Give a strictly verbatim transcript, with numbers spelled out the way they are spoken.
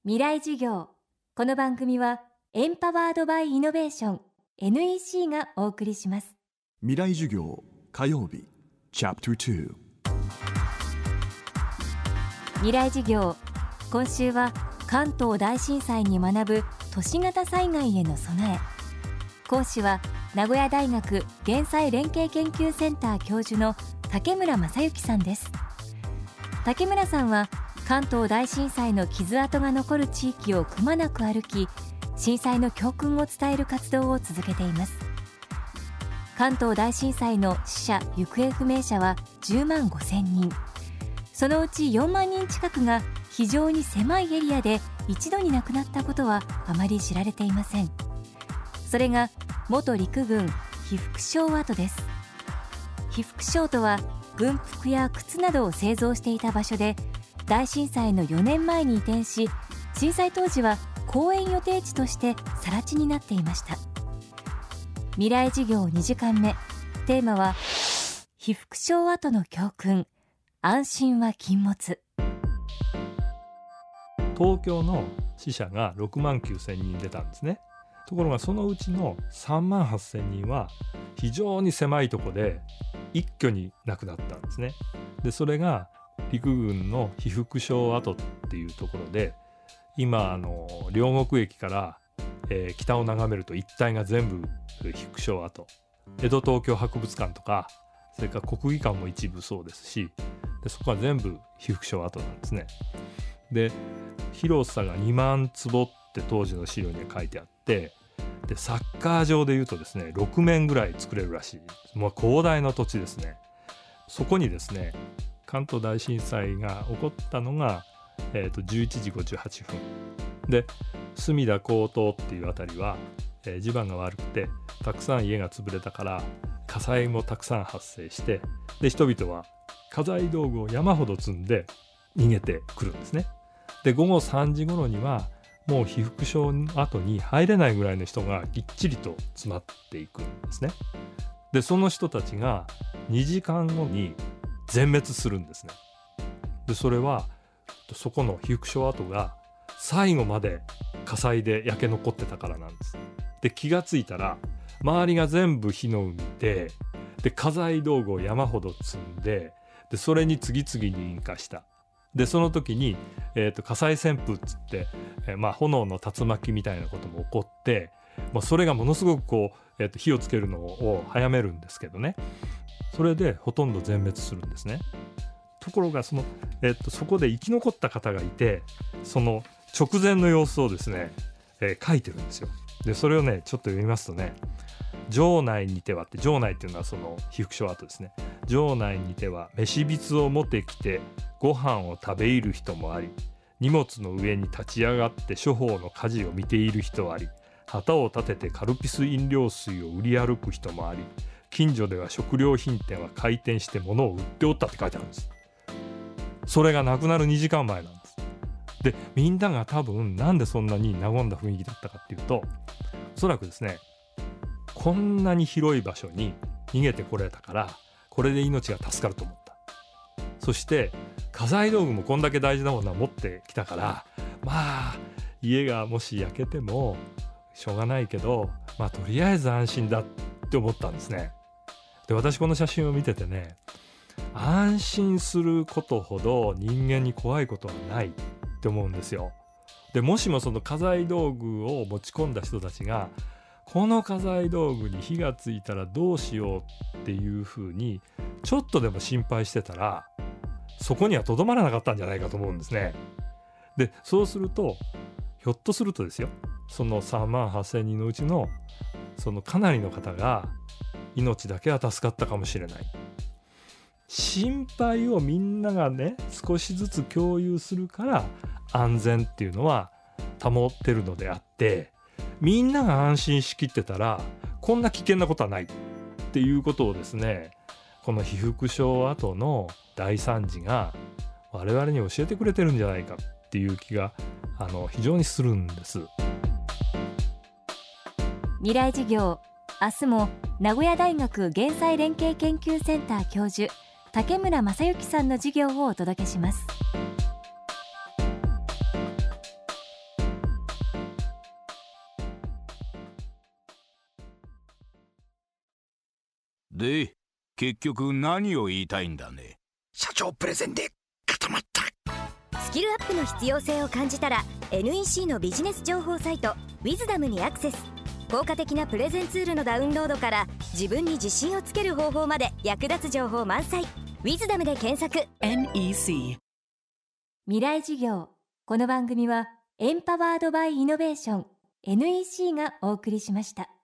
未来授業。この番組はエンパワードバイイノベーション エヌイーシー がお送りします。 未来授業火曜日チャプターに。 未来授業、今週は関東大震災に学ぶ都市型災害への備え。講師は名古屋大学減災連携研究センター教授の竹村正幸さんです。竹村さんは関東大震災の傷跡が残る地域をくまなく歩き、震災の教訓を伝える活動を続けています。関東大震災の死者・行方不明者はじゅうまんごせんにん、そのうちよんまんにん近くが非常に狭いエリアで一度に亡くなったことはあまり知られていません。それが元陸軍被服廠跡です。被服廠とは軍服や靴などを製造していた場所で、大震災のよねんまえに移転し、震災当時は公園予定地として更地になっていました。未来授業にじかんめ、テーマは被服廠跡の教訓、安心は禁物。 東京の死者がろくまんきゅうせんにん出たんですね。ところがそのうちのさんまんはっせんにんは非常に狭いところで一挙に亡くなったんですね。でそれが陸軍の被服廠跡っていうところで、今あの両国駅から、えー、北を眺めると一帯が全部被服廠跡。江戸東京博物館とか、それから国技館も一部そうですし、でそこは全部被服廠跡なんですね。で広さがにまんつぼって当時の資料には書いてあって、でサッカー場でいうとですねろくめんぐらい作れるらしい。もう広大な土地ですね。そこにですね関東大震災が起こったのが、えー、とじゅういちじごじゅうはっぷんで、隅田江東っていうあたりは、えー、地盤が悪くてたくさん家が潰れたから火災もたくさん発生して、で人々は家財道具を山ほど積んで逃げてくるんですね。でごごさんじ頃にはもう被服廠跡に入れないぐらいの人がぎっちりと詰まっていくんですね。でその人たちがにじかんごに全滅するんですね。でそれはそこの被服廠跡が最後まで火災で焼け残ってたからなんです。で気がついたら周りが全部火の海で、で家財道具を山ほど積んで、でそれに次々に引火した。でその時に、えー、と火災旋風っつって、えーまあ、炎の竜巻みたいなことも起こって、まあ、それがものすごくこう、えー、と火をつけるのを早めるんですけどね、それでほとんど全滅するんですね。ところがその、えー、とそこで生き残った方がいて、その直前の様子をですね、えー、書いてるんですよ。でそれをねちょっと読みますとね、城内にてはって、城内っていうのはその被服廠跡ですね。城内にては飯びを持てきてご飯を食べ入る人もあり、荷物の上に立ち上がって処方の家事を見ている人あり、旗を立ててカルピス飲料水を売り歩く人もあり、近所では食料品店は開店して物を売っておったって書いてあるんです。それが亡くなるにじかんまえなんです。でみんなが多分なんでそんなに和んだ雰囲気だったかっていうと、おそらくですね、こんなに広い場所に逃げてこれたから、これで命が助かると思った。そして家財道具もこんだけ大事なものは持ってきたから、まあ家がもし焼けてもしょうがないけど、まあとりあえず安心だって思ったんですね。で私この写真を見ててね、安心することほど人間に怖いことはないって思うんですよ。でもしもその家財道具を持ち込んだ人たちが、この家財道具に火がついたらどうしようっていうふうにちょっとでも心配してたら、そこにはとどまらなかったんじゃないかと思うんですね。でそうするとひょっとするとですよ、そのさんまんはっせんにんのうちのそのかなりの方が命だけは助かったかもしれない。心配をみんながね少しずつ共有するから安全っていうのは保ってるのであって、みんなが安心しきってたらこんな危険なことはないっていうことをですね、この被服廠跡の大惨事が我々に教えてくれてるんじゃないかっていう気があの非常にするんです。 未来授業、明日も名古屋大学減災連携研究センター教授竹村正幸さんの授業をお届けします。 で、結局何を言いたいんだね。 社長プレゼンで固まった。 スキルアップの必要性を感じたら エヌイーシー のビジネス情報サイト ウィズダム にアクセス。効果的なプレゼンツールのダウンロードから自分に自信をつける方法まで役立つ情報満載。 ウィズダム で検索。 エヌイーシー未来事業。この番組はエンパワードバイイノベーション エヌイーシー がお送りしました。